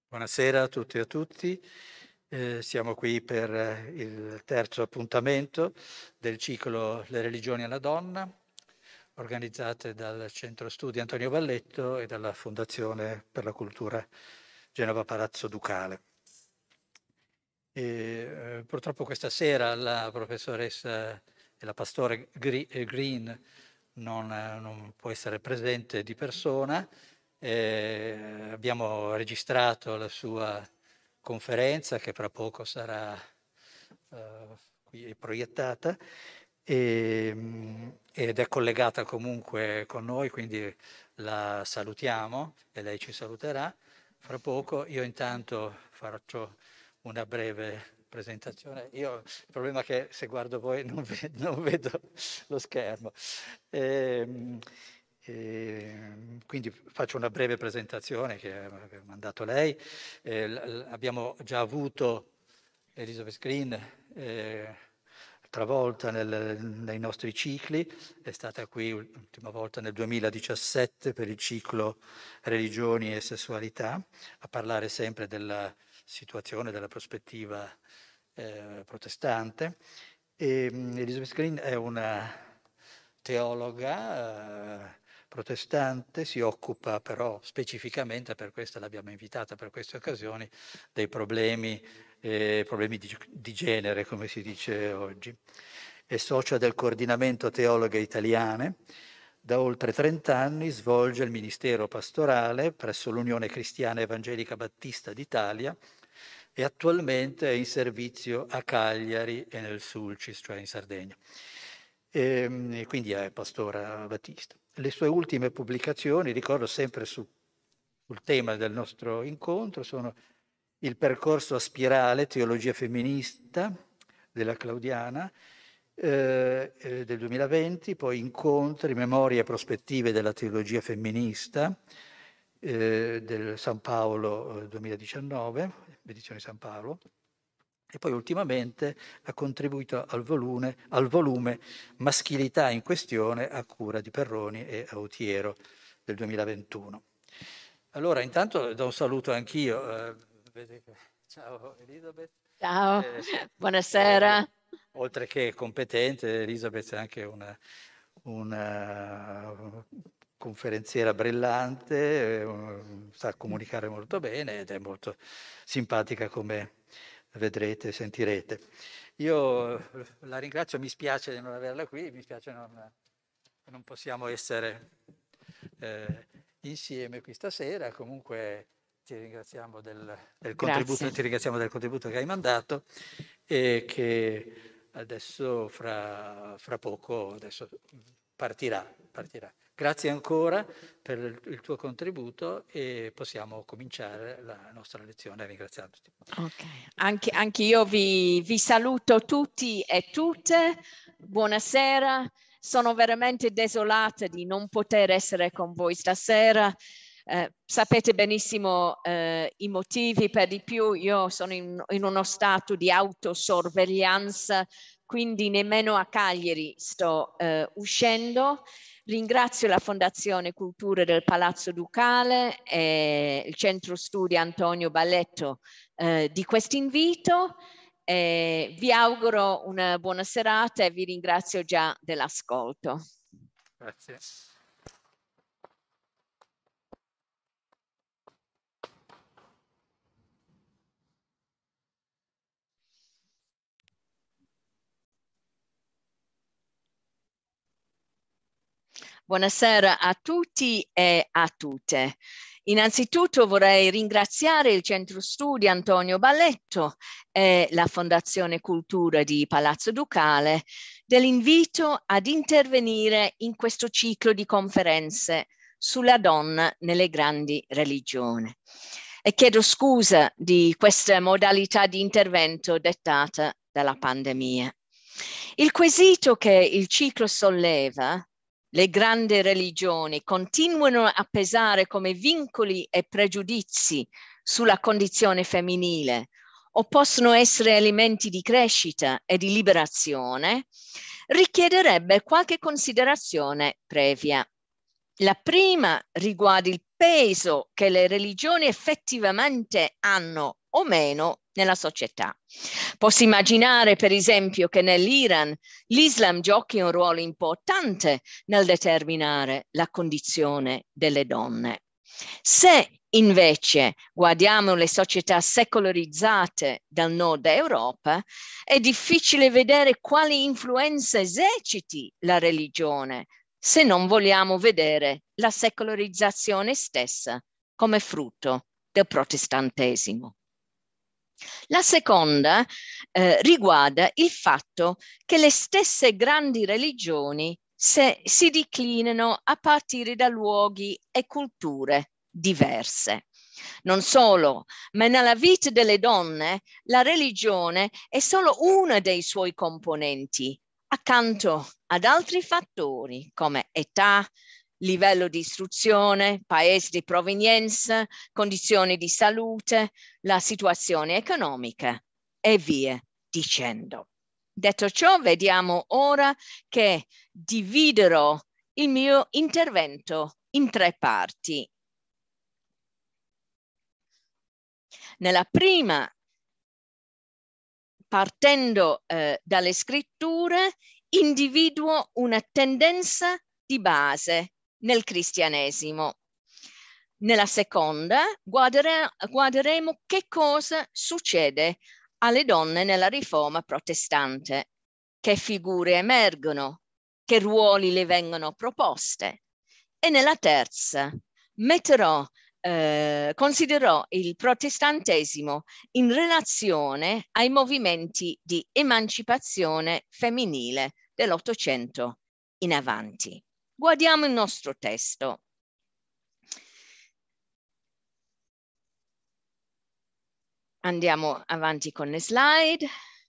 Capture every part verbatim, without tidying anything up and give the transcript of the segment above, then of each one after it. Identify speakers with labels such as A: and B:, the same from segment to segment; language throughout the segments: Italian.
A: Buonasera a tutti e a tutti. Eh, siamo qui per eh, il terzo appuntamento del ciclo Le religioni alla donna, organizzate dal Centro Studi Antonio Balletto e dalla Fondazione per la Cultura Genova Palazzo Ducale. E, eh, purtroppo questa sera la professoressa e la pastore Green non, eh, non può essere presente di persona. Eh, abbiamo registrato la sua conferenza che fra poco sarà eh, qui proiettata e, ed è collegata comunque con noi, quindi la salutiamo e lei ci saluterà fra poco. Io intanto faccio una breve presentazione. Io, il problema è che se guardo voi non vedo, non vedo lo schermo. Ehm, E quindi faccio una breve presentazione che ha mandato lei. Eh, l- abbiamo già avuto Elizabeth Green eh, travolta nel, nei nostri cicli, è stata qui l'ultima volta nel duemiladiciassette per il ciclo Religioni e Sessualità, a parlare sempre della situazione, della prospettiva eh, protestante. E, um, Elizabeth Green è una teologa eh, protestante, si occupa però specificamente, per questo l'abbiamo invitata per queste occasioni, dei problemi, eh, problemi di, di genere, come si dice oggi. È socia del Coordinamento Teologhe Italiane. Da oltre trenta anni svolge il ministero pastorale presso l'Unione Cristiana Evangelica Battista d'Italia e attualmente è in servizio a Cagliari e nel Sulcis, cioè in Sardegna. E, e quindi è pastora battista. Le sue ultime pubblicazioni, ricordo sempre su, sul tema del nostro incontro, sono Il percorso a spirale, teologia femminista, della Claudiana, eh, eh, del duemilaventi, poi Incontri, memorie e prospettive della teologia femminista, eh, del San Paolo eh, duemiladiciannove, edizione San Paolo, e poi ultimamente ha contribuito al volume, al volume Maschilità in questione a cura di Perroni e Autiero del duemilaventuno. Allora, intanto do un saluto anch'io. Eh, ciao Elisabeth.
B: Ciao,
A: Eh,
B: buonasera.
A: Eh, oltre che competente, Elisabeth è anche una, una conferenziera brillante, eh, sa comunicare molto bene ed è molto simpatica come vedrete e sentirete. Io la ringrazio, mi spiace di non averla qui, mi spiace non, non possiamo essere eh, insieme qui stasera, comunque ti ringraziamo del, del contributo, ti ringraziamo del contributo che hai mandato e che adesso fra, fra poco adesso partirà, partirà. Grazie ancora per il tuo contributo e possiamo cominciare la nostra lezione ringraziandoti.
B: Ok, anche, anche io vi, vi saluto tutti e tutte, buonasera, sono veramente desolata di non poter essere con voi stasera. Eh, sapete benissimo eh, i motivi, per di più io sono in, in uno stato di autosorveglianza, quindi nemmeno a Cagliari sto eh, uscendo. Ringrazio la Fondazione Cultura del Palazzo Ducale e il Centro Studi Antonio Balletto eh, di questo invito. Eh, vi auguro una buona serata e vi ringrazio già dell'ascolto.
A: Grazie.
B: Buonasera a tutti e a tutte. Innanzitutto vorrei ringraziare il Centro Studi Antonio Balletto e la Fondazione Cultura di Palazzo Ducale dell'invito ad intervenire in questo ciclo di conferenze sulla donna nelle grandi religioni. E chiedo scusa di questa modalità di intervento dettata dalla pandemia. Il quesito che il ciclo solleva, le grandi religioni continuano a pesare come vincoli e pregiudizi sulla condizione femminile o possono essere elementi di crescita e di liberazione, richiederebbe qualche considerazione previa. La prima riguarda il peso che le religioni effettivamente hanno o meno nella società. Posso immaginare, per esempio, che nell'Iran l'Islam giochi un ruolo importante nel determinare la condizione delle donne. Se invece guardiamo le società secolarizzate del nord Europa, è difficile vedere quali influenze eserciti la religione, se non vogliamo vedere la secolarizzazione stessa come frutto del protestantesimo. La seconda eh, riguarda il fatto che le stesse grandi religioni se, si declinano a partire da luoghi e culture diverse. Non solo, ma nella vita delle donne la religione è solo uno dei suoi componenti, accanto ad altri fattori come età, livello di istruzione, paese di provenienza, condizioni di salute, la situazione economica e via dicendo. Detto ciò, vediamo ora che dividerò il mio intervento in tre parti. Nella prima, partendo eh, dalle scritture, individuo una tendenza di base nel cristianesimo. Nella seconda guardere, guarderemo che cosa succede alle donne nella riforma protestante, che figure emergono, che ruoli le vengono proposte. E nella terza metterò, eh, considererò il protestantesimo in relazione ai movimenti di emancipazione femminile dell'Ottocento in avanti. Guardiamo il nostro testo. Andiamo avanti con le slide.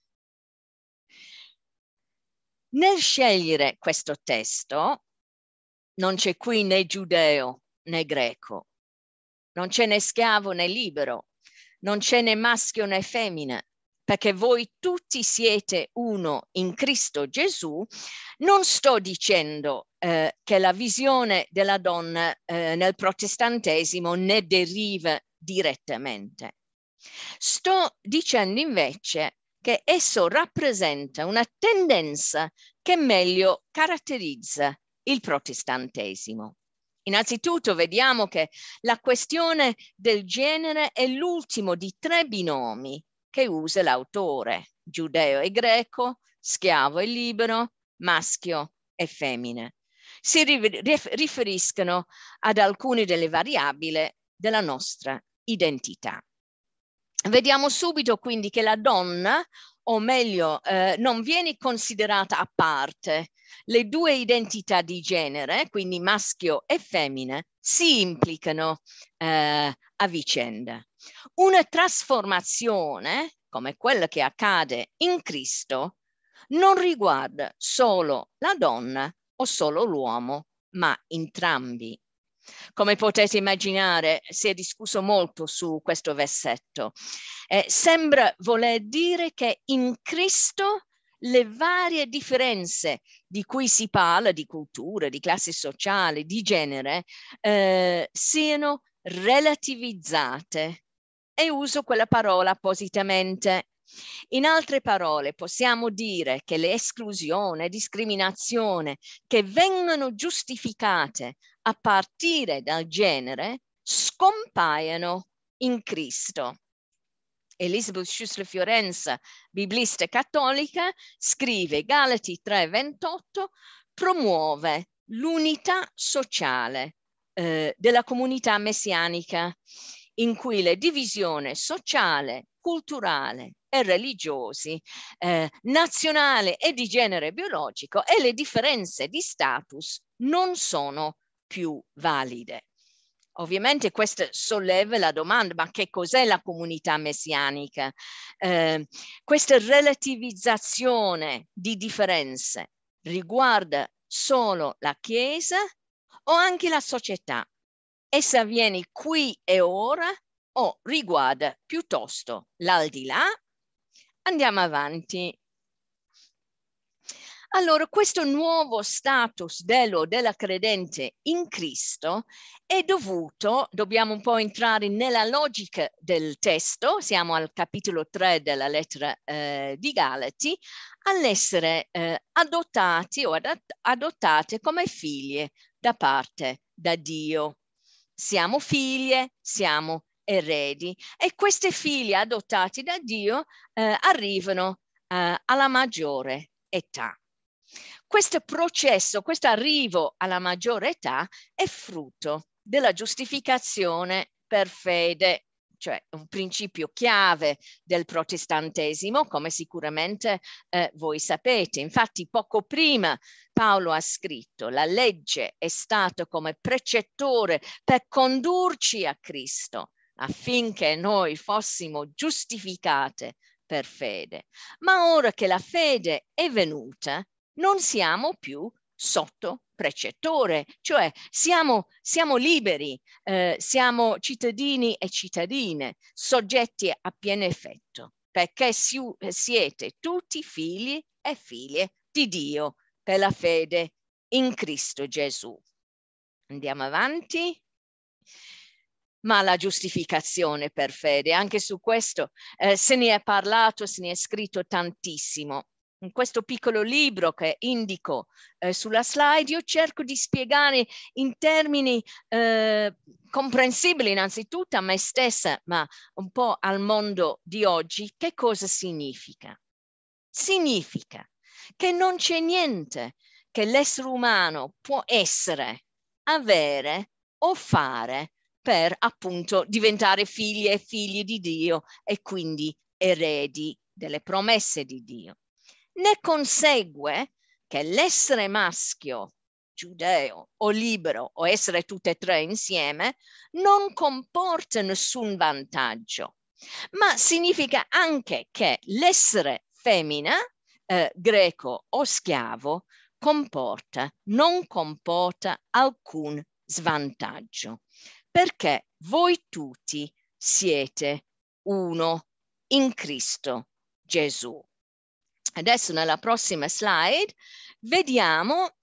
B: Nel scegliere questo testo non c'è qui né giudeo né greco, non c'è né schiavo né libero, non c'è né maschio né femmina, perché voi tutti siete uno in Cristo Gesù. Non sto dicendo eh, che la visione della donna eh, nel protestantesimo ne deriva direttamente. Sto dicendo invece che esso rappresenta una tendenza che meglio caratterizza il protestantesimo. Innanzitutto vediamo che la questione del genere è l'ultimo di tre binomi che usa l'autore: giudeo e greco, schiavo e libero, maschio e femmina. Si riferiscono ad alcune delle variabili della nostra identità. Vediamo subito quindi che la donna, o meglio, eh, non viene considerata a parte. Le due identità di genere, quindi maschio e femmina, si implicano eh, a vicenda. Una trasformazione, come quella che accade in Cristo, non riguarda solo la donna o solo l'uomo, ma entrambi. Come potete immaginare, si è discusso molto su questo versetto. Eh, sembra voler dire che in Cristo le varie differenze di cui si parla, di cultura, di classe sociale, di genere, eh, siano relativizzate. E uso quella parola appositamente. In altre parole, possiamo dire che le esclusioni e discriminazioni che vengono giustificate a partire dal genere scompaiono in Cristo. Elisabeth Schüssler-Fiorenza, biblista cattolica, scrive Galati tre ventotto, promuove l'unità sociale eh, della comunità messianica, in cui le divisioni sociale, culturale e religiosi, eh, nazionale e di genere biologico e le differenze di status non sono più valide. Ovviamente questo solleva la domanda: ma che cos'è la comunità messianica? Eh, questa relativizzazione di differenze riguarda solo la Chiesa o anche la società? Essa avviene qui e ora o riguarda piuttosto l'aldilà? Andiamo avanti. Allora, questo nuovo status dello della credente in Cristo è dovuto, dobbiamo un po' entrare nella logica del testo, siamo al capitolo tre della lettera eh, di Galati, all'essere eh, adottati o adat- adottate come figlie da parte da Dio. Siamo figlie, siamo eredi e queste figlie adottate da Dio eh, arrivano eh, alla maggiore età. Questo processo, questo arrivo alla maggiore età è frutto della giustificazione per fede, cioè un principio chiave del protestantesimo, come sicuramente eh, voi sapete. Infatti poco prima Paolo ha scritto: la legge è stata come precettore per condurci a Cristo, affinché noi fossimo giustificate per fede. Ma ora che la fede è venuta, non siamo più sotto precettore, cioè siamo, siamo liberi, eh, siamo cittadini e cittadine, soggetti a pieno effetto, perché si, siete tutti figli e figlie di Dio per la fede in Cristo Gesù. Andiamo avanti. Ma la giustificazione per fede, anche su questo eh, se ne è parlato, se ne è scritto tantissimo. In questo piccolo libro che indico eh, sulla slide, io cerco di spiegare in termini eh, comprensibili innanzitutto a me stessa, ma un po' al mondo di oggi, che cosa significa. Significa che non c'è niente che l'essere umano può essere, avere o fare per appunto diventare figli e figli di Dio e quindi eredi delle promesse di Dio. Ne consegue che l'essere maschio, giudeo o libero o essere tutte e tre insieme non comporta nessun vantaggio, ma significa anche che l'essere femmina, eh, greco o schiavo, comporta, non comporta alcun svantaggio, perché voi tutti siete uno in Cristo Gesù. Adesso nella prossima slide vediamo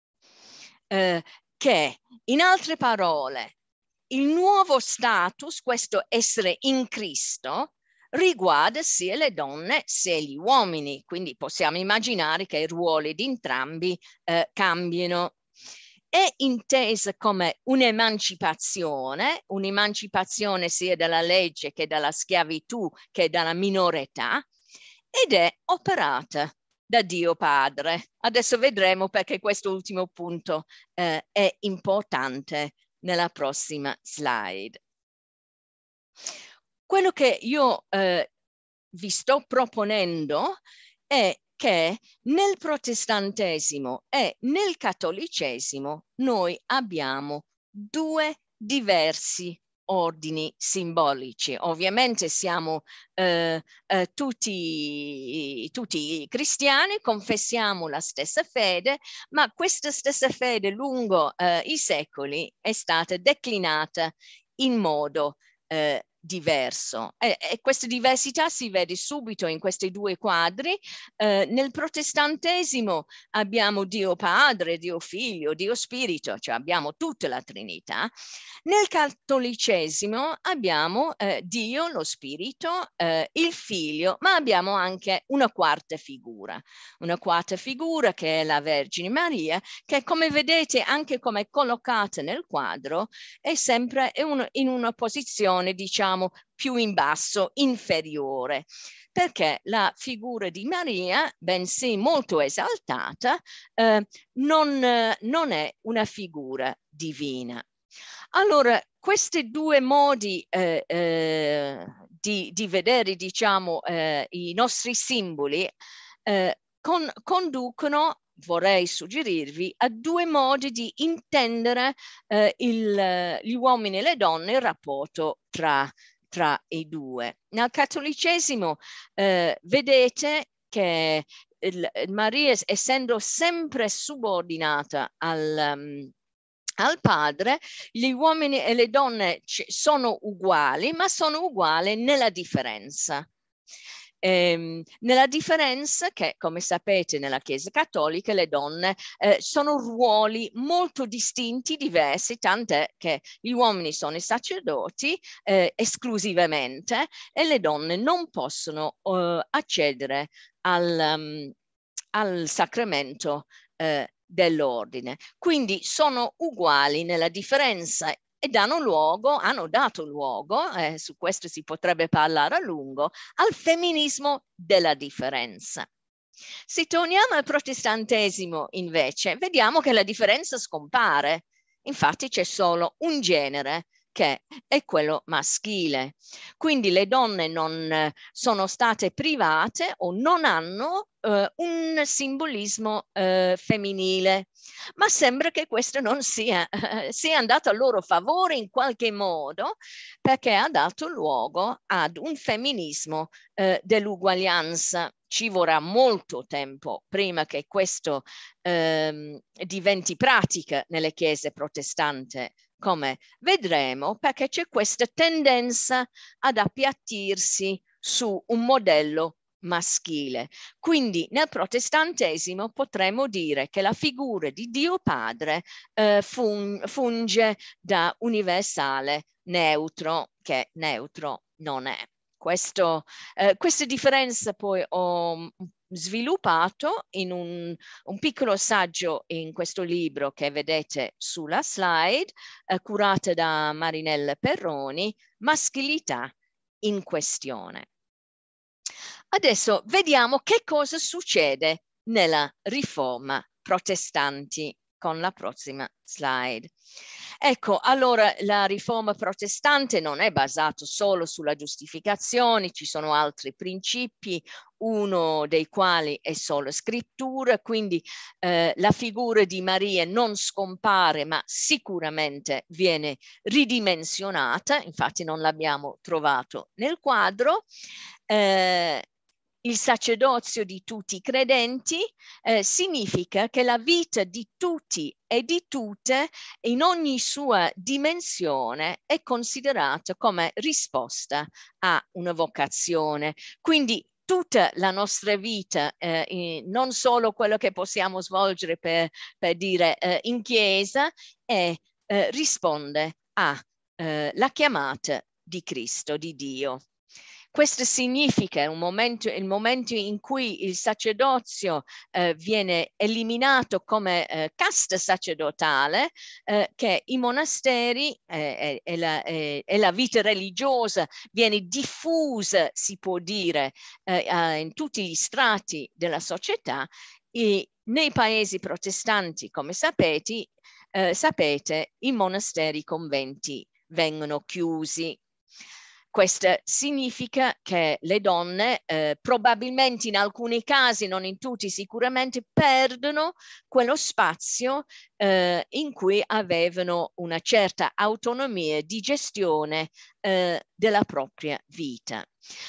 B: eh, che, in altre parole, il nuovo status, questo essere in Cristo, riguarda sia le donne sia gli uomini, quindi possiamo immaginare che i ruoli di entrambi eh, cambino. È intesa come un'emancipazione, un'emancipazione sia dalla legge che dalla schiavitù che dalla minore età, ed è operata da Dio Padre. Adesso vedremo perché questo ultimo punto eh, è importante nella prossima slide. Quello che io eh, vi sto proponendo è che nel protestantesimo e nel cattolicesimo noi abbiamo due diversi ordini simbolici. Ovviamente siamo eh, eh, tutti, tutti cristiani, confessiamo la stessa fede, ma questa stessa fede lungo eh, i secoli è stata declinata in modo eh, diverso e, e questa diversità si vede subito in questi due quadri. Eh, nel protestantesimo abbiamo Dio Padre, Dio Figlio, Dio Spirito, cioè abbiamo tutta la Trinità. Nel cattolicesimo abbiamo eh, Dio, lo Spirito, eh, il Figlio, ma abbiamo anche una quarta figura, una quarta figura che è la Vergine Maria, che come vedete anche come è collocata nel quadro è sempre in, in una posizione diciamo più in basso, inferiore, perché la figura di Maria, bensì molto esaltata, eh, non, eh, non è una figura divina. Allora, questi due modi eh, eh, di, di vedere, diciamo, eh, i nostri simboli eh, con, conducono, vorrei suggerirvi, a due modi di intendere eh, il, gli uomini e le donne, il rapporto tra, tra i due. Nel cattolicesimo eh, vedete che il, Maria, essendo sempre subordinata al, um, al padre, gli uomini e le donne sono uguali, ma sono uguali nella differenza. ehm, nella differenza che, come sapete, nella Chiesa Cattolica le donne eh, sono ruoli molto distinti, diversi, tant'è che gli uomini sono i sacerdoti eh, esclusivamente e le donne non possono eh, accedere al, um, al sacramento eh, dell'ordine. Quindi sono uguali nella differenza e danno luogo, hanno dato luogo, eh, su questo si potrebbe parlare a lungo, al femminismo della differenza. Se torniamo al protestantesimo, invece, vediamo che la differenza scompare. Infatti c'è solo un genere, che è quello maschile. Quindi le donne non sono state private o non hanno eh, un simbolismo eh, femminile, ma sembra che questo non sia, eh, sia andato a loro favore in qualche modo, perché ha dato luogo ad un femminismo eh, dell'uguaglianza. Ci vorrà molto tempo prima che questo ehm, diventi pratica nelle chiese protestanti, come vedremo, perché c'è questa tendenza ad appiattirsi su un modello maschile. Quindi nel protestantesimo potremmo dire che la figura di Dio Padre eh, fun funge da universale neutro, che neutro non è. Questo, eh, questa differenza poi ho sviluppato in un, un piccolo saggio in questo libro che vedete sulla slide, eh, curata da Marinella Perroni, Maschilità in questione. Adesso vediamo che cosa succede nella riforma protestanti con la prossima slide. Ecco, allora la riforma protestante non è basata solo sulla giustificazione, ci sono altri principi, uno dei quali è solo scrittura, quindi eh, la figura di Maria non scompare, ma sicuramente viene ridimensionata, infatti non l'abbiamo trovato nel quadro. Eh, Il sacerdozio di tutti i credenti eh, significa che la vita di tutti e di tutte in ogni sua dimensione è considerata come risposta a una vocazione. Quindi tutta la nostra vita, eh, non solo quello che possiamo svolgere per, per dire eh, in chiesa, è, eh, risponde alla eh, chiamata di Cristo, di Dio. Questo significa un momento, il momento in cui il sacerdozio eh, viene eliminato come eh, casta sacerdotale, eh, che i monasteri eh, e, la, eh, e la vita religiosa viene diffusa, si può dire, eh, in tutti gli strati della società. E nei paesi protestanti, come sapete, eh, sapete, i monasteri, i conventi vengono chiusi. Questo significa che le donne eh, probabilmente in alcuni casi, non in tutti sicuramente, perdono quello spazio eh, in cui avevano una certa autonomia di gestione eh, della propria vita.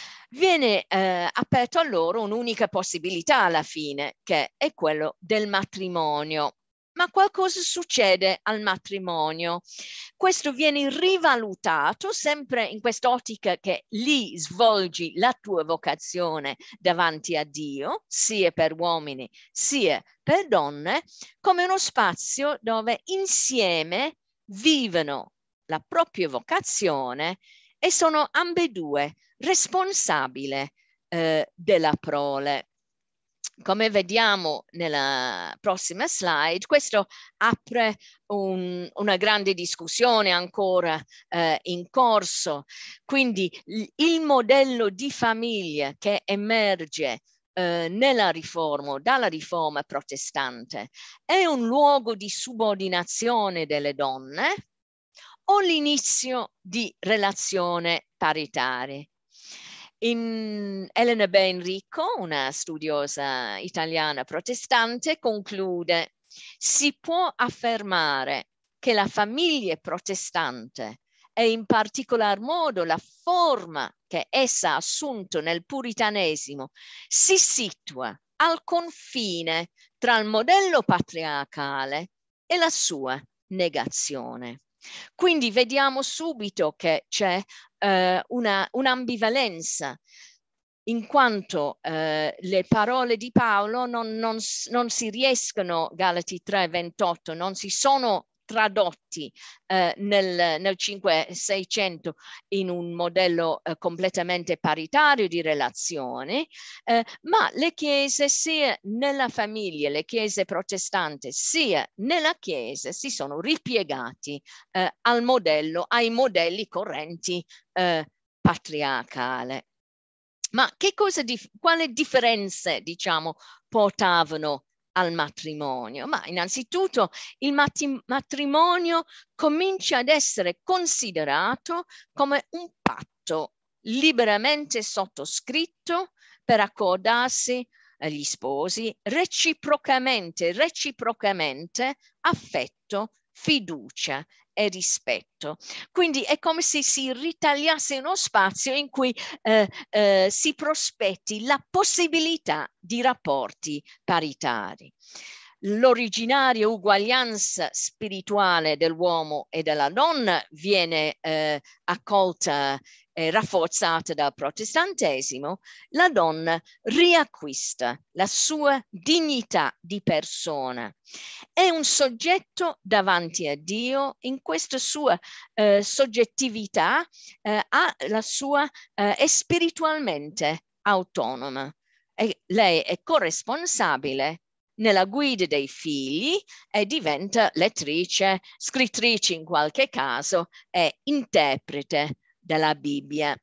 B: Viene eh, aperto a loro un'unica possibilità alla fine, che è quello del matrimonio. Ma qualcosa succede al matrimonio. Questo viene rivalutato sempre in quest'ottica che lì svolgi la tua vocazione davanti a Dio, sia per uomini sia per donne, come uno spazio dove insieme vivono la propria vocazione e sono ambedue responsabili eh, della prole. Come vediamo nella prossima slide, questo apre un, una grande discussione ancora eh, in corso. Quindi il modello di famiglia che emerge eh, nella riforma, dalla riforma protestante, è un luogo di subordinazione delle donne o l'inizio di relazione paritaria? In Elena Benrico, una studiosa italiana protestante, conclude: si può affermare che la famiglia protestante e in particolar modo la forma che essa ha assunto nel puritanesimo si situa al confine tra il modello patriarcale e la sua negazione. Quindi vediamo subito che c'è eh, una, un'ambivalenza in quanto eh, le parole di Paolo non, non, non si riescono, Galati tre ventotto, non si sono tradotti eh, nel, nel cinque seicento in un modello eh, completamente paritario di relazioni, eh, ma le chiese sia nella famiglia, le chiese protestanti sia nella chiesa si sono ripiegati eh, al modello, ai modelli correnti eh, patriarcale. Ma che cosa, di, quale differenze, diciamo, portavano al matrimonio? Ma innanzitutto il matrimonio comincia ad essere considerato come un patto liberamente sottoscritto per accordarsi agli sposi reciprocamente, reciprocamente affetto, fiducia e rispetto. Quindi è come se si ritagliasse uno spazio in cui eh, eh, si prospetti la possibilità di rapporti paritari. L'originaria uguaglianza spirituale dell'uomo e della donna viene eh, accolta e rafforzata dal protestantesimo. La donna riacquista la sua dignità di persona. È un soggetto davanti a Dio, in questa sua eh, soggettività eh, ha la sua, eh, è spiritualmente autonoma. E lei è corresponsabile nella guida dei figli e diventa lettrice, scrittrice in qualche caso e interprete della Bibbia.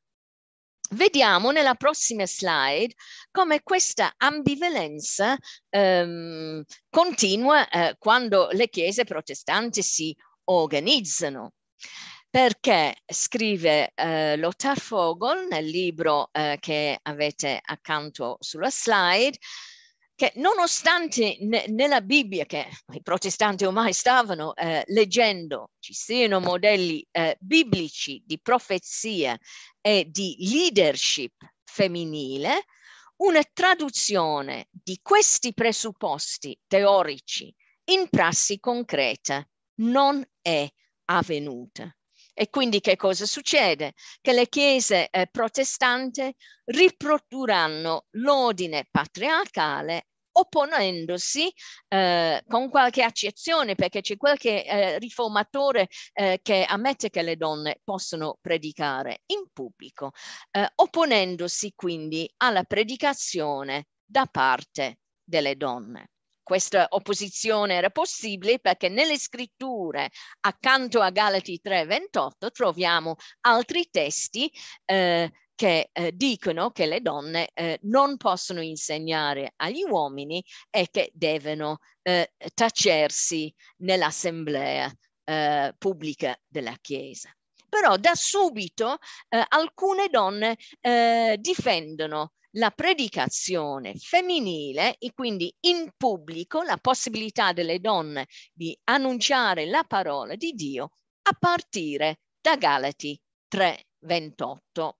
B: Vediamo nella prossima slide come questa ambivalenza ehm, continua eh, quando le chiese protestanti si organizzano. Perché scrive eh, Lothar Vogel nel libro eh, che avete accanto sulla slide, che nonostante ne, nella Bibbia, che i protestanti ormai stavano eh, leggendo, ci siano modelli eh, biblici di profezia e di leadership femminile, una traduzione di questi presupposti teorici in prassi concreta non è avvenuta. E quindi che cosa succede? Che le chiese eh, protestanti riprodurranno l'ordine patriarcale opponendosi eh, con qualche accezione, perché c'è qualche eh, riformatore eh, che ammette che le donne possono predicare in pubblico, eh, opponendosi quindi alla predicazione da parte delle donne. Questa opposizione era possibile perché nelle scritture, accanto a Galati tre ventotto, troviamo altri testi eh, che eh, dicono che le donne eh, non possono insegnare agli uomini e che devono eh, tacersi nell'assemblea eh, pubblica della Chiesa. Però da subito eh, alcune donne eh, difendono la predicazione femminile e quindi in pubblico la possibilità delle donne di annunciare la parola di Dio a partire da Galati tre ventotto.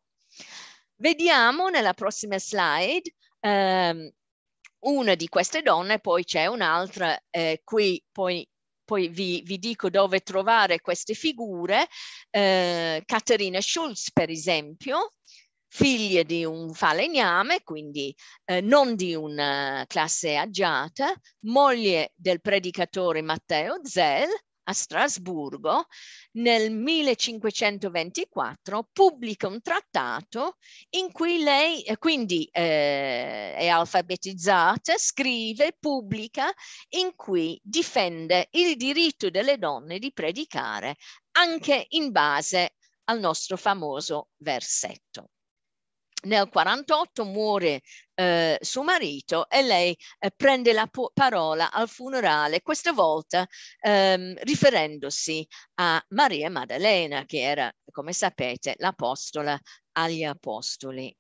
B: Vediamo nella prossima slide ehm, una di queste donne, poi c'è un'altra, eh, qui poi, poi vi, vi dico dove trovare queste figure, eh, Caterina Schulz per esempio, figlia di un falegname, quindi eh, non di una classe agiata, moglie del predicatore Matteo Zell, a Strasburgo, nel millecinquecentoventiquattro pubblica un trattato in cui lei eh, quindi eh, è alfabetizzata, scrive, pubblica, in cui difende il diritto delle donne di predicare anche in base al nostro famoso versetto. Nel quarantotto muore eh, suo marito e lei eh, prende la parola al funerale, questa volta ehm, riferendosi a Maria Maddalena, che era, come sapete, l'apostola agli apostoli.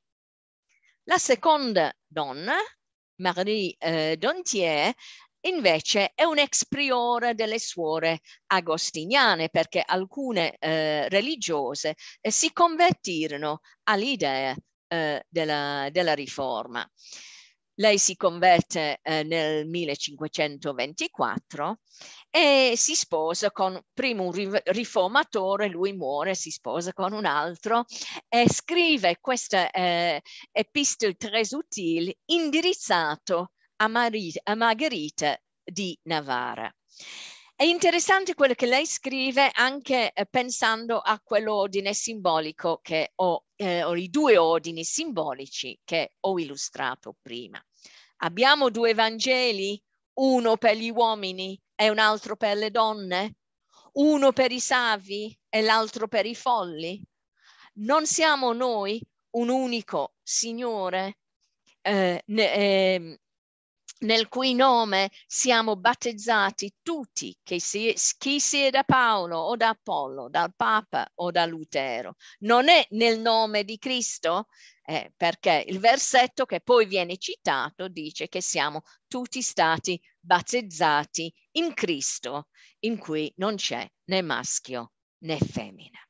B: La seconda donna, Marie eh, Dontier, invece è un'ex priora delle suore agostiniane, perché alcune eh, religiose eh, si convertirono all'idea Eh, della, della riforma. lei si converte eh, nel millecinquecentoventiquattro e si sposa con prima un riformatore, lui muore, si sposa con un altro e scrive questa eh, epistole très utile indirizzato a, Marie, a Margherita di Navarra. È interessante quello che lei scrive anche eh, pensando a quell'ordine simbolico che ho, eh, o i due ordini simbolici che ho illustrato prima. Abbiamo due Vangeli, uno per gli uomini e un altro per le donne, uno per i savi e l'altro per i folli. Non siamo noi un unico Signore eh, ne, eh, nel cui nome siamo battezzati tutti, che si, chi sia da Paolo o da Apollo, dal Papa o da Lutero. Non è nel nome di Cristo, eh, perché il versetto che poi viene citato dice che siamo tutti stati battezzati in Cristo, in cui non c'è né maschio né femmina.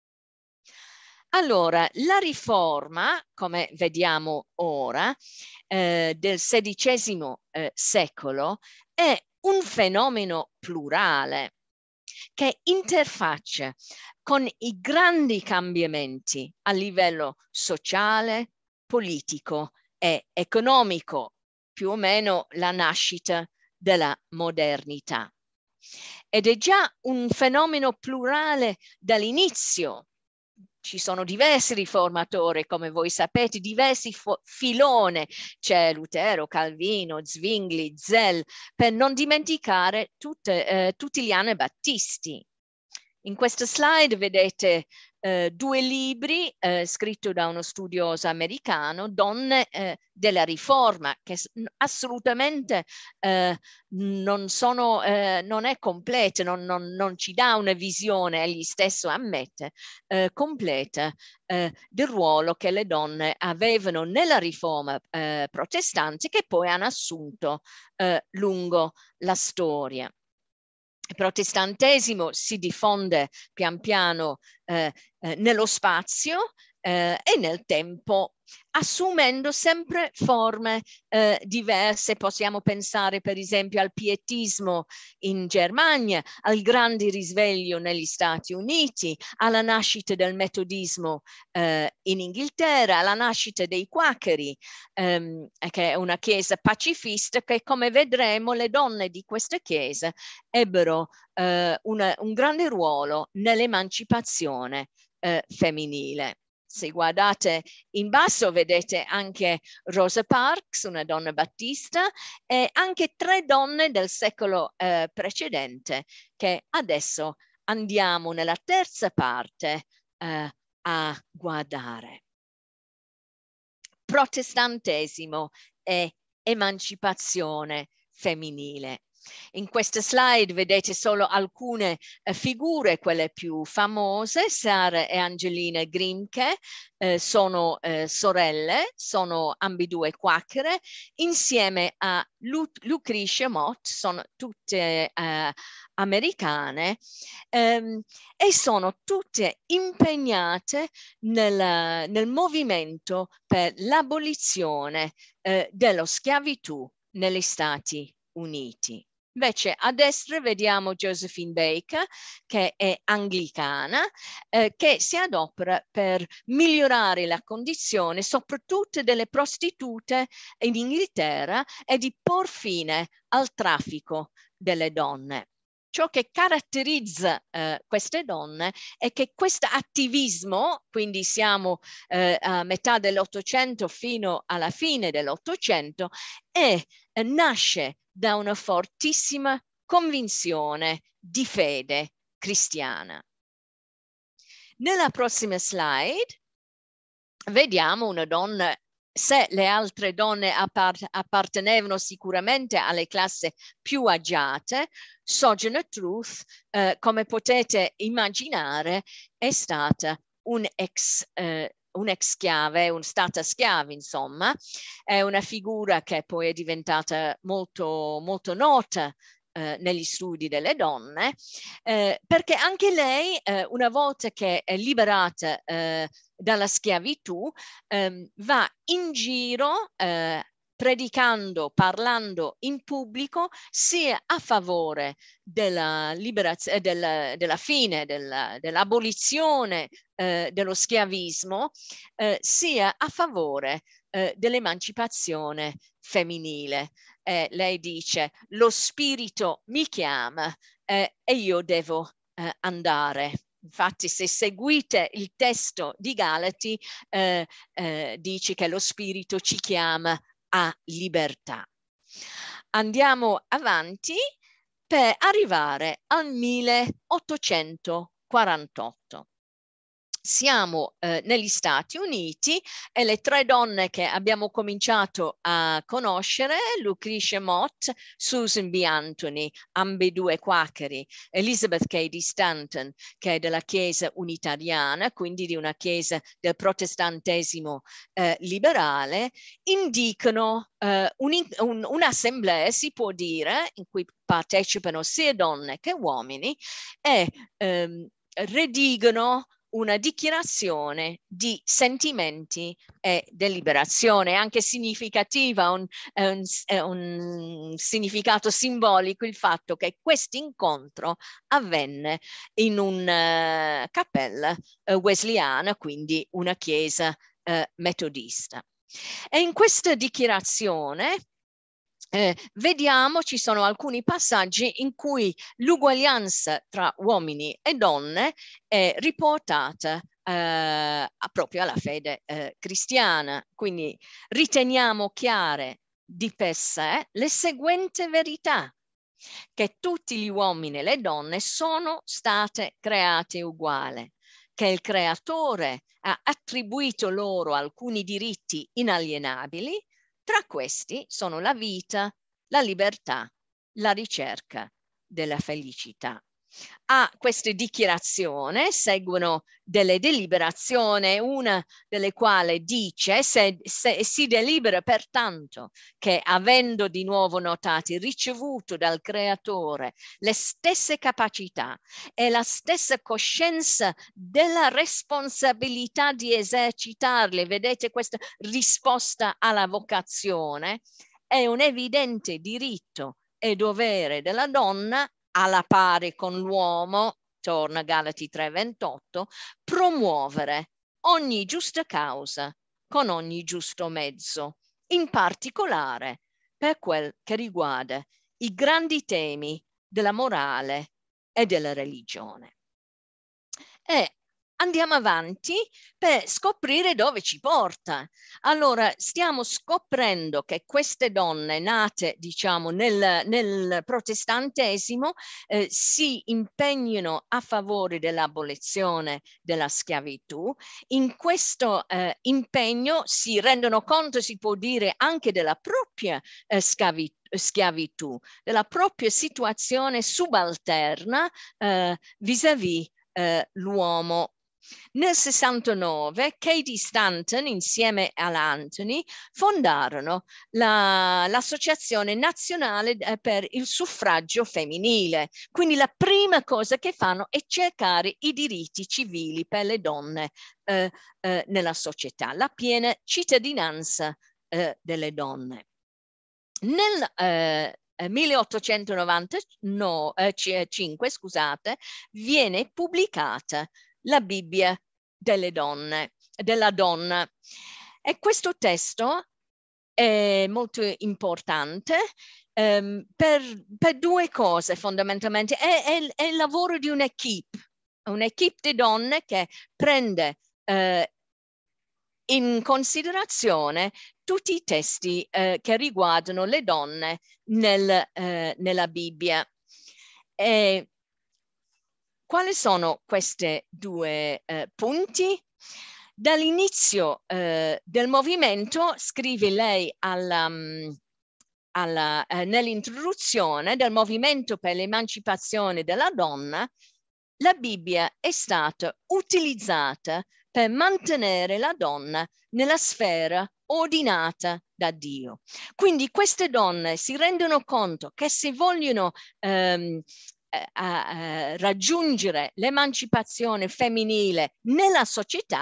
B: Allora, la riforma, come vediamo ora, eh, del sedicesimo eh, secolo è un fenomeno plurale che interfaccia con i grandi cambiamenti a livello sociale, politico e economico, più o meno la nascita della modernità. Ed è già un fenomeno plurale dall'inizio. Ci sono diversi riformatori, come voi sapete, diversi filoni, c'è Lutero, Calvino, Zwingli, Zell, per non dimenticare tutte, eh, tutti gli anabattisti. In questa slide vedete eh, due libri eh, scritti da uno studioso americano, Donne eh, della Riforma, che assolutamente eh, non, sono, eh, non è completa, non, non, non ci dà una visione, egli stesso ammette, eh, completa eh, del ruolo che le donne avevano nella riforma eh, protestante, che poi hanno assunto eh, lungo la storia. Il protestantesimo si diffonde pian piano eh, eh, nello spazio eh, e nel tempo, assumendo sempre forme eh, diverse. Possiamo pensare per esempio al pietismo in Germania, al grande risveglio negli Stati Uniti, alla nascita del metodismo eh, in Inghilterra, alla nascita dei quaccheri, ehm, che è una chiesa pacifista che, come vedremo, le donne di questa chiesa ebbero eh, una, un grande ruolo nell'emancipazione eh, femminile. Se guardate in basso vedete anche Rosa Parks, una donna battista, e anche tre donne del secolo eh, precedente, che adesso andiamo nella terza parte eh, a guardare. Protestantesimo e emancipazione femminile. In questa slide vedete solo alcune eh, figure, quelle più famose. Sarah e Angelina Grimke eh, sono eh, sorelle, sono ambidue quacchere, insieme a Lu Lucretia Mott, sono tutte eh, americane ehm, e sono tutte impegnate nel, nel movimento per l'abolizione eh, dello schiavitù negli Stati Uniti. Invece a destra vediamo Josephine Baker, che è anglicana, eh, che si adopera per migliorare la condizione soprattutto delle prostitute in Inghilterra e di por fine al traffico delle donne. Ciò che caratterizza eh, queste donne è che questo attivismo, quindi siamo eh, a metà dell'Ottocento fino alla fine dell'Ottocento, e eh, nasce da una fortissima convinzione di fede cristiana. Nella prossima slide vediamo una donna. Se le altre donne appart appartenevano sicuramente alle classi più agiate, Sojourner Truth, eh, come potete immaginare, è stata un ex, eh, un ex schiave, un stata schiava, insomma. È una figura che poi è diventata molto, molto nota Eh, negli studi delle donne, eh, perché anche lei, eh, una volta che è liberata eh, dalla schiavitù, ehm, va in giro eh, predicando, parlando in pubblico, sia a favore della, liberazio- della, della fine, della, dell'abolizione eh, dello schiavismo, eh, sia a favore eh, dell'emancipazione femminile. Eh, lei dice: lo spirito mi chiama eh, e io devo eh, andare. Infatti, se seguite il testo di Galati, eh, eh, dice che lo spirito ci chiama a libertà. Andiamo avanti per arrivare al milleottocentoquarantotto. Siamo eh, negli Stati Uniti e le tre donne che abbiamo cominciato a conoscere, Lucretia Mott, Susan B. Anthony, ambedue quaccheri, Elizabeth Cady Stanton, che è della Chiesa unitariana, quindi di una chiesa del protestantesimo eh, liberale, indicano eh, un'assemblea, un, si può dire, in cui partecipano sia donne che uomini, e ehm, redigono una dichiarazione di sentimenti e deliberazione, anche significativa, un, un, un significato simbolico il fatto che questo incontro avvenne in una uh, cappella uh, wesleyana, quindi una chiesa uh, metodista. E in questa dichiarazione Eh, vediamo, ci sono alcuni passaggi in cui l'uguaglianza tra uomini e donne è riportata eh, proprio alla fede eh, cristiana. Quindi riteniamo chiare di per sé le seguenti verità: che tutti gli uomini e le donne sono state create uguali, che il creatore ha attribuito loro alcuni diritti inalienabili. Tra questi sono la vita, la libertà, la ricerca della felicità. A queste dichiarazioni seguono delle deliberazioni, una delle quali dice: se, se si delibera pertanto che, avendo di nuovo notati ricevuto dal creatore le stesse capacità e la stessa coscienza della responsabilità di esercitarle, vedete questa risposta alla vocazione, è un evidente diritto e dovere della donna, alla pari con l'uomo, torna Galati tre ventotto, promuovere ogni giusta causa con ogni giusto mezzo, in particolare per quel che riguarda i grandi temi della morale e della religione. E andiamo avanti per scoprire dove ci porta. Allora, stiamo scoprendo che queste donne nate, diciamo, nel, nel protestantesimo eh, si impegnano a favore dell'abolizione della schiavitù. In questo eh, impegno si rendono conto, si può dire, anche della propria eh, schiavitù, schiavitù, della propria situazione subalterna eh, vis-à-vis eh, l'uomo. Nel sessantanove Cady Stanton insieme all'Anthony fondarono l'Associazione la, Nazionale per il Suffragio Femminile. Quindi la prima cosa che fanno è cercare i diritti civili per le donne eh, eh, nella società, la piena cittadinanza eh, delle donne. Nel eh, milleottocentonovantacinque, scusate, viene pubblicata la Bibbia delle donne, della donna. E questo testo è molto importante ehm, per, per due cose fondamentalmente. È, è, è il lavoro di un'equipe, un'equipe di donne che prende eh, in considerazione tutti i testi eh, che riguardano le donne nel, eh, nella Bibbia. E quali sono questi due eh, punti? Dall'inizio eh, del movimento, scrive lei alla, alla, eh, nell'introduzione del movimento per l'emancipazione della donna, la Bibbia è stata utilizzata per mantenere la donna nella sfera ordinata da Dio. Quindi queste donne si rendono conto che se vogliono ehm, a, a raggiungere l'emancipazione femminile nella società,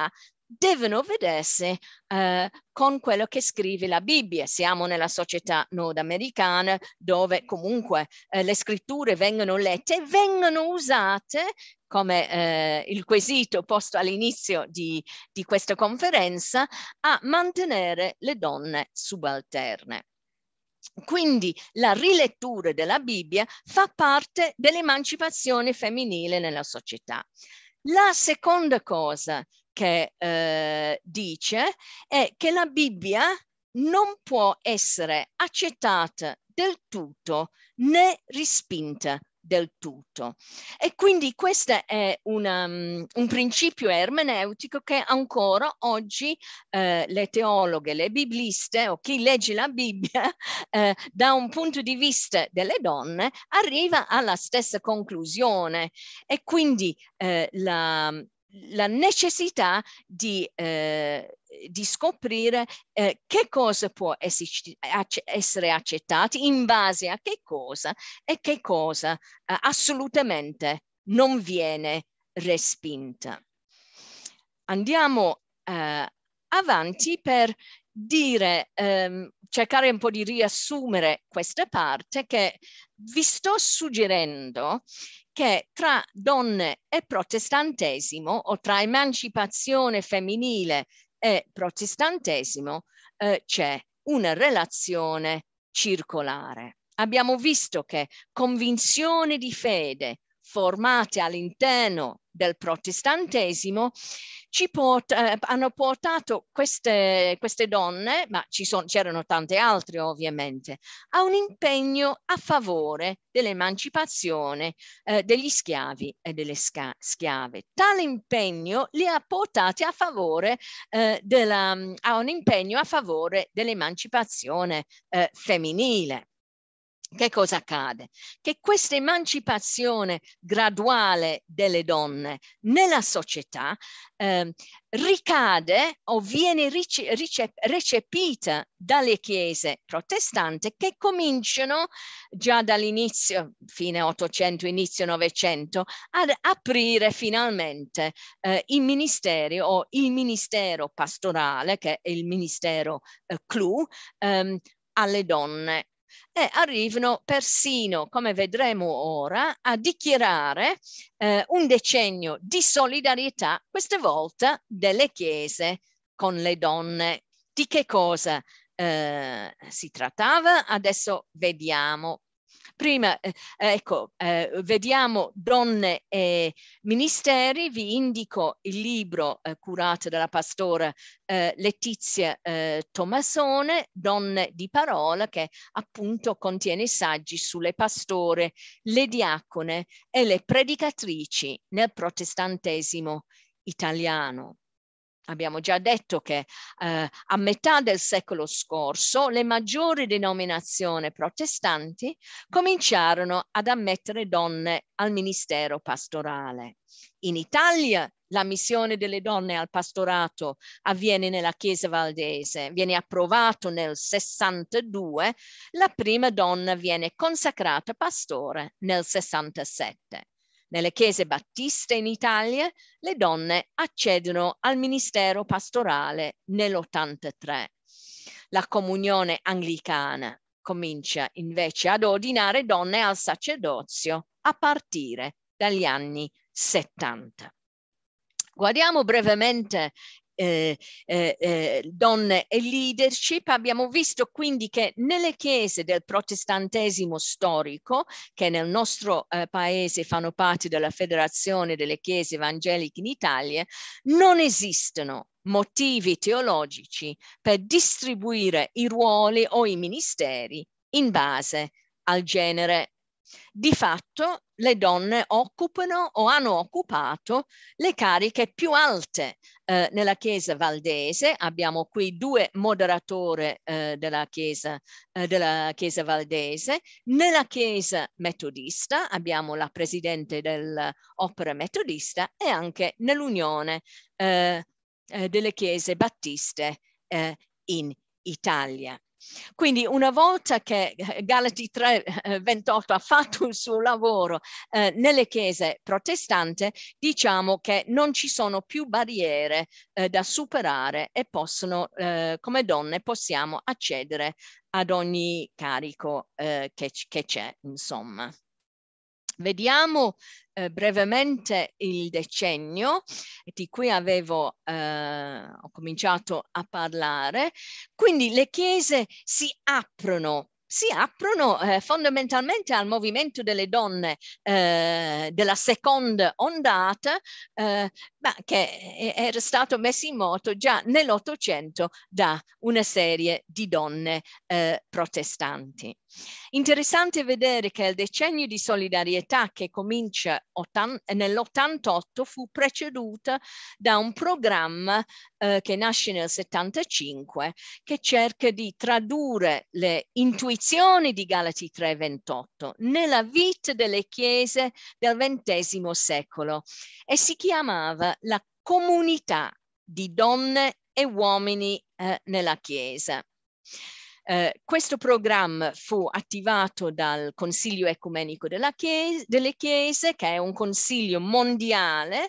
B: devono vedersi eh, con quello che scrive la Bibbia. Siamo nella società nordamericana dove comunque eh, le scritture vengono lette e vengono usate, come eh, il quesito posto all'inizio di, di questa conferenza, a mantenere le donne subalterne. Quindi la rilettura della Bibbia fa parte dell'emancipazione femminile nella società. La seconda cosa che eh, dice è che la Bibbia non può essere accettata del tutto né respinta del tutto. E quindi questo è una, um, un principio ermeneutico che ancora oggi eh, le teologhe, le bibliste o chi legge la Bibbia eh, da un punto di vista delle donne arriva alla stessa conclusione. E quindi eh, la la necessità di, eh, di scoprire eh, che cosa può esserci, essere accettato, in base a che cosa, e che cosa eh, assolutamente non viene respinta. Andiamo eh, avanti per dire, ehm, cercare un po' di riassumere questa parte che vi sto suggerendo che tra donne e protestantesimo o tra emancipazione femminile e protestantesimo eh, c'è una relazione circolare. Abbiamo visto che convinzioni di fede formate all'interno del protestantesimo ci port- eh, hanno portato queste, queste donne, ma ci son, c'erano tante altre ovviamente, a un impegno a favore dell'emancipazione eh, degli schiavi e delle sca- schiave. Tale impegno li ha portati a favore eh, della, a un impegno a favore dell'emancipazione eh, femminile. Che cosa accade? Che questa emancipazione graduale delle donne nella società eh, ricade o viene rice- rice- recepita dalle chiese protestanti che cominciano già dall'inizio, fine Ottocento, inizio Novecento, ad aprire finalmente eh, i ministeri o il ministero pastorale, che è il ministero eh, clou, ehm, alle donne. E arrivano persino, come vedremo ora, a dichiarare eh, un decennio di solidarietà, questa volta delle chiese con le donne. Di che cosa eh, si trattava? Adesso vediamo. Prima, eh, ecco, eh, vediamo donne e ministeri. Vi indico il libro eh, curato dalla pastora eh, Letizia eh, Tomasone, Donne di parola, che appunto contiene saggi sulle pastore, le diacone e le predicatrici nel protestantesimo italiano. Abbiamo già detto che eh, a metà del secolo scorso le maggiori denominazioni protestanti cominciarono ad ammettere donne al ministero pastorale. In Italia la missione delle donne al pastorato avviene nella Chiesa valdese, viene approvato nel sessantadue, la prima donna viene consacrata pastore nel sessantasette. Nelle chiese battiste in Italia le donne accedono al ministero pastorale nell'ottantatré. La comunione anglicana comincia invece ad ordinare donne al sacerdozio a partire dagli anni settanta. Guardiamo brevemente Eh, eh, eh, donne e leadership. Abbiamo visto quindi che nelle chiese del protestantesimo storico, che nel nostro eh, paese fanno parte della Federazione delle Chiese Evangeliche in Italia, non esistono motivi teologici per distribuire i ruoli o i ministeri in base al genere. Di fatto le donne occupano o hanno occupato le cariche più alte eh, nella Chiesa valdese. Abbiamo qui due moderatori eh, della, chiesa, eh, della Chiesa valdese. Nella Chiesa metodista abbiamo la presidente dell'Opera Metodista e anche nell'Unione eh, eh, delle Chiese Battiste eh, in Italia. Quindi una volta che Galati tre ventotto ha fatto il suo lavoro eh, nelle chiese protestanti, diciamo che non ci sono più barriere eh, da superare e possono, eh, come donne possiamo accedere ad ogni carico eh, che, che c'è, insomma. Vediamo eh, brevemente il decennio di cui avevo eh, ho cominciato a parlare. Quindi le chiese si aprono, si aprono eh, fondamentalmente al movimento delle donne eh, della seconda ondata, eh, ma che era stato messo in moto già nell'Ottocento da una serie di donne eh, protestanti. Interessante vedere che il decennio di solidarietà che comincia nell'ottantotto fu preceduto da un programma eh, che nasce nel settantacinque che cerca di tradurre le intuizioni di Galati tre ventotto nella vita delle chiese del ventesimo secolo e si chiamava la comunità di donne e uomini eh, nella chiesa. Uh, questo programma fu attivato dal Consiglio Ecumenico della chiesa, delle Chiese, che è un consiglio mondiale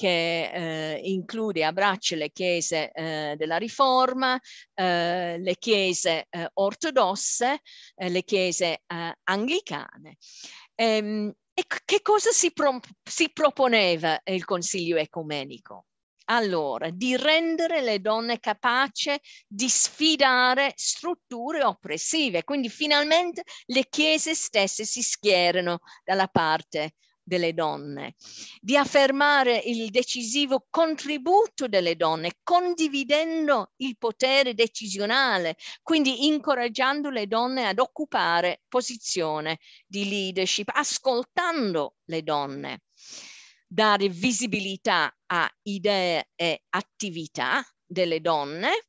B: che uh, include e abbraccia le chiese uh, della Riforma, uh, le chiese uh, ortodosse, uh, le chiese uh, anglicane. Um, e che cosa si, pro si proponeva il Consiglio Ecumenico? Allora, di rendere le donne capaci di sfidare strutture oppressive. Quindi finalmente le chiese stesse si schierano dalla parte delle donne, di affermare il decisivo contributo delle donne, condividendo il potere decisionale, quindi incoraggiando le donne ad occupare posizione di leadership, ascoltando le donne. Dare visibilità a idee e attività delle donne,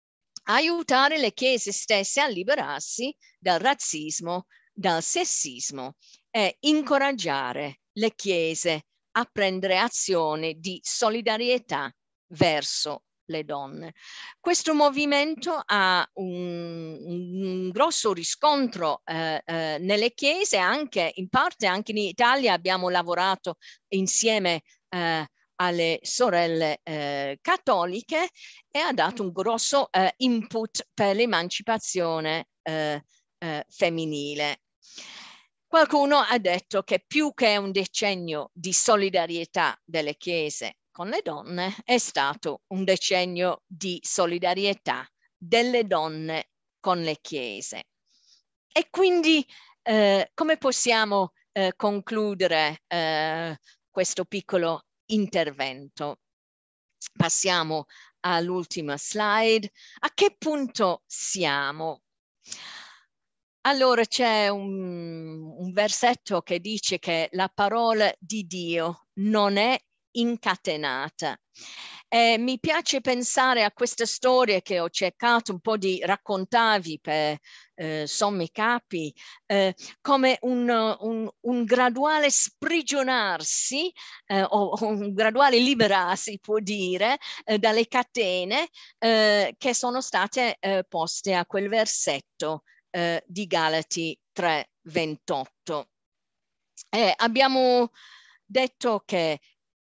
B: aiutare le chiese stesse a liberarsi dal razzismo, dal sessismo e incoraggiare le chiese a prendere azione di solidarietà verso le donne. Questo movimento ha un, un grosso riscontro eh, eh, nelle chiese, anche in parte anche in Italia abbiamo lavorato insieme eh, alle sorelle eh, cattoliche e ha dato un grosso eh, input per l'emancipazione eh, eh, femminile. Qualcuno ha detto che più che un decennio di solidarietà delle chiese con le donne è stato un decennio di solidarietà delle donne con le chiese. E quindi eh, come possiamo eh, concludere eh, questo piccolo intervento? Passiamo all'ultima slide. A che punto siamo? Allora c'è un, un versetto che dice che la parola di Dio non è incatenata. Eh, mi piace pensare a questa storia che ho cercato un po' di raccontarvi per eh, sommi capi, eh, come un, un, un graduale sprigionarsi eh, o un graduale liberarsi, può dire, eh, dalle catene eh, che sono state eh, poste a quel versetto eh, di Galati tre ventotto. Eh, abbiamo detto che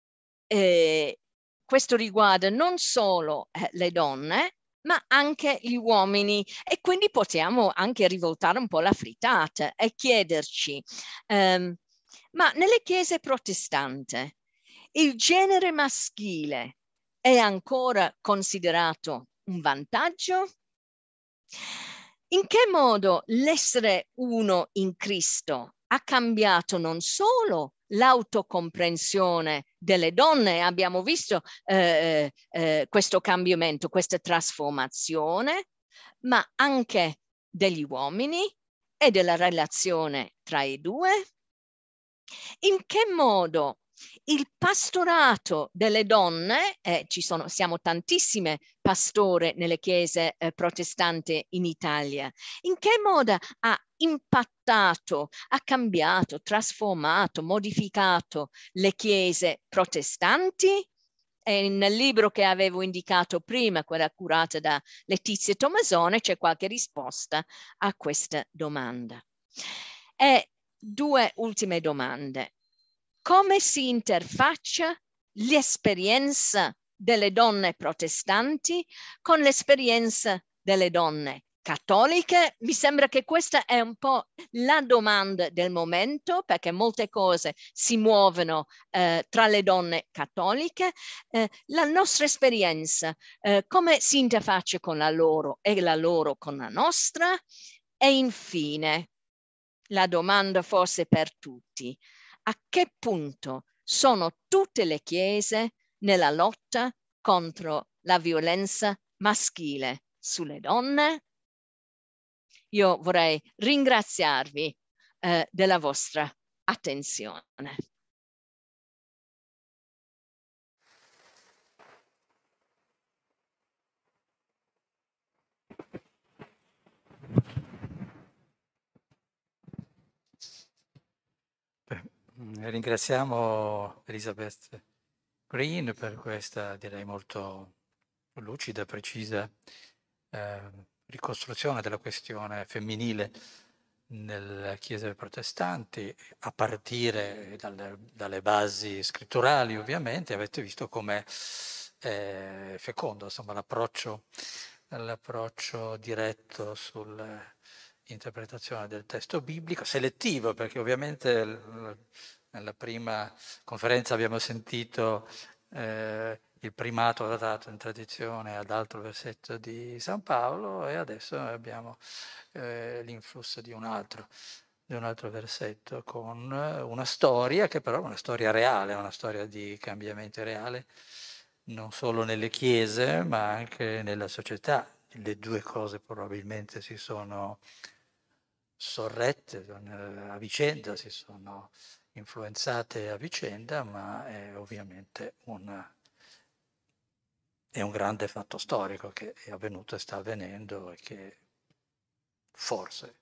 B: Eh, questo riguarda non solo eh, le donne, ma anche gli uomini, e quindi possiamo anche rivoltare un po' la frittata e chiederci, ehm, ma nelle chiese protestanti il genere maschile è ancora considerato un vantaggio? In che modo l'essere uno in Cristo ha cambiato non solo l'autocomprensione delle donne, abbiamo visto eh, eh, questo cambiamento, questa trasformazione, ma anche degli uomini e della relazione tra i due? In che modo il pastorato delle donne, eh, ci sono, siamo tantissime pastore nelle chiese eh, protestanti in Italia, in che modo ha impattato, ha cambiato, trasformato, modificato le chiese protestanti e nel libro che avevo indicato prima, quella curata da Letizia Tomasone, c'è qualche risposta a questa domanda. E due ultime domande. Come si interfaccia l'esperienza delle donne protestanti con l'esperienza delle donne cattoliche? Mi sembra che questa è un po' la domanda del momento, perché molte cose si muovono eh, tra le donne cattoliche. Eh, la nostra esperienza, eh, come si interfaccia con la loro e la loro con la nostra? E infine, la domanda forse per tutti: a che punto sono tutte le chiese nella lotta contro la violenza maschile sulle donne? Io vorrei ringraziarvi eh, della vostra attenzione.
A: Ringraziamo Elizabeth Green per questa, direi, molto lucida, precisa eh, ricostruzione della questione femminile nelle chiese protestanti, a partire dalle, dalle basi scritturali, ovviamente. Avete visto com'è eh, fecondo, insomma, l'approccio, l'approccio diretto sull'interpretazione del testo biblico, selettivo, perché ovviamente nella prima conferenza abbiamo sentito eh, il primato dato in tradizione ad altro versetto di San Paolo, e adesso abbiamo eh, l'influsso di un altro, di un altro versetto, con una storia che però è una storia reale, una storia di cambiamento reale, non solo nelle chiese ma anche nella società. Le due cose probabilmente si sono sorrette a vicenda, si sono influenzate a vicenda, ma è ovviamente un, è un grande fatto storico che è avvenuto e sta avvenendo, e che forse,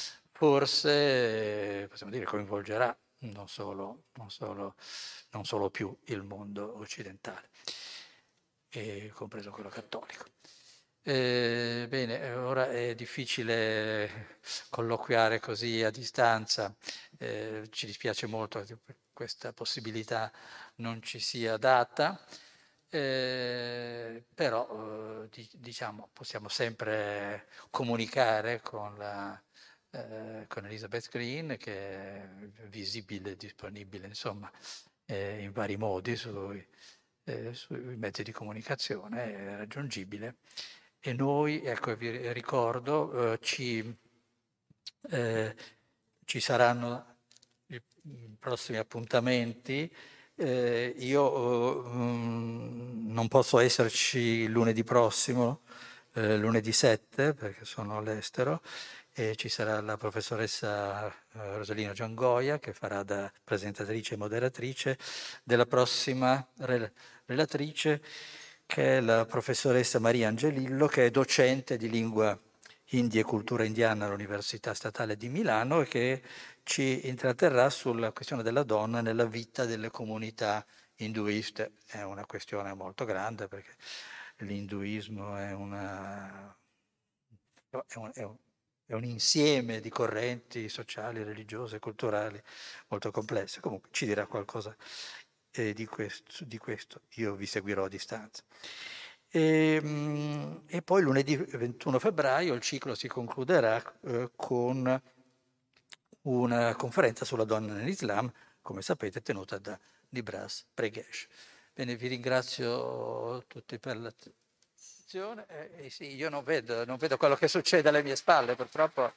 A: forse possiamo dire coinvolgerà non solo, non solo, non solo più il mondo occidentale, e compreso quello cattolico. Eh, bene, ora è difficile colloquiare così a distanza, eh, ci dispiace molto che questa possibilità non ci sia data, eh, però eh, di, diciamo, possiamo sempre comunicare con, la, eh, con Elizabeth Green, che è visibile e disponibile, insomma, eh, in vari modi sui, eh, sui mezzi di comunicazione, è raggiungibile. E noi, ecco, vi ricordo, eh, ci, eh, ci saranno i, i prossimi appuntamenti. Eh, io um, non posso esserci lunedì prossimo, eh, lunedì sette, perché sono all'estero, e ci sarà la professoressa eh, Rosalina Giangoia, che farà da presentatrice e moderatrice della prossima rel- relatrice, che è la professoressa Maria Angelillo, che è docente di lingua india e cultura indiana all'Università Statale di Milano, e che ci intratterrà sulla questione della donna nella vita delle comunità induiste. È una questione molto grande, perché l'induismo è, una, è, un, è, un, è un insieme di correnti sociali, religiose, culturali molto complesse. Comunque ci dirà qualcosa eh, di, questo, di questo. Io vi seguirò a distanza. E, e poi lunedì ventuno febbraio il ciclo si concluderà eh, con una conferenza sulla donna nell'Islam, come sapete, tenuta da Nibras Pregesh. Bene, vi ringrazio tutti per l'attenzione. Eh, eh, sì, io non vedo, non vedo quello che succede alle mie spalle, purtroppo.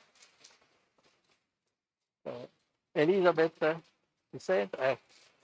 A: Eh, Elisabeth, ti senti? Eh.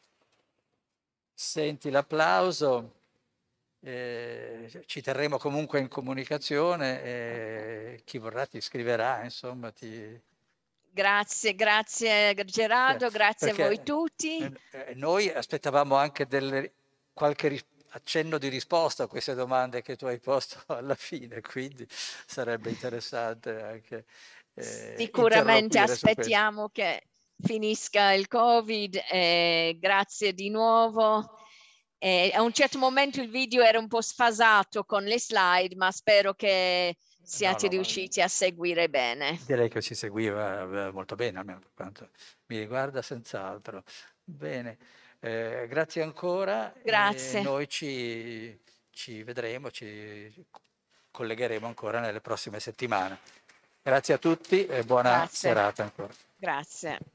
A: Senti l'applauso. Eh, ci terremo comunque in comunicazione, e chi vorrà ti scriverà, insomma, ti...
B: Grazie, grazie Gerardo, grazie a voi
A: Perché
B: tutti.
A: eh, noi aspettavamo anche delle, qualche ris- accenno di risposta a queste domande che tu hai posto alla fine, quindi sarebbe interessante anche eh,
B: Sicuramente
A: interloquire su questo.
B: aspettiamo che finisca il Covid. Eh, grazie di nuovo. Eh, a un certo momento il video era un po' sfasato con le slide, ma spero che siate
A: no, no,
B: riusciti a seguire bene.
A: Direi che si seguiva molto bene, almeno per quanto mi riguarda, senz'altro. Bene, eh, grazie ancora. E
B: Grazie.
A: noi ci, ci vedremo, ci collegheremo ancora nelle prossime settimane. Grazie a tutti e buona
B: Grazie.
A: serata ancora.
B: Grazie.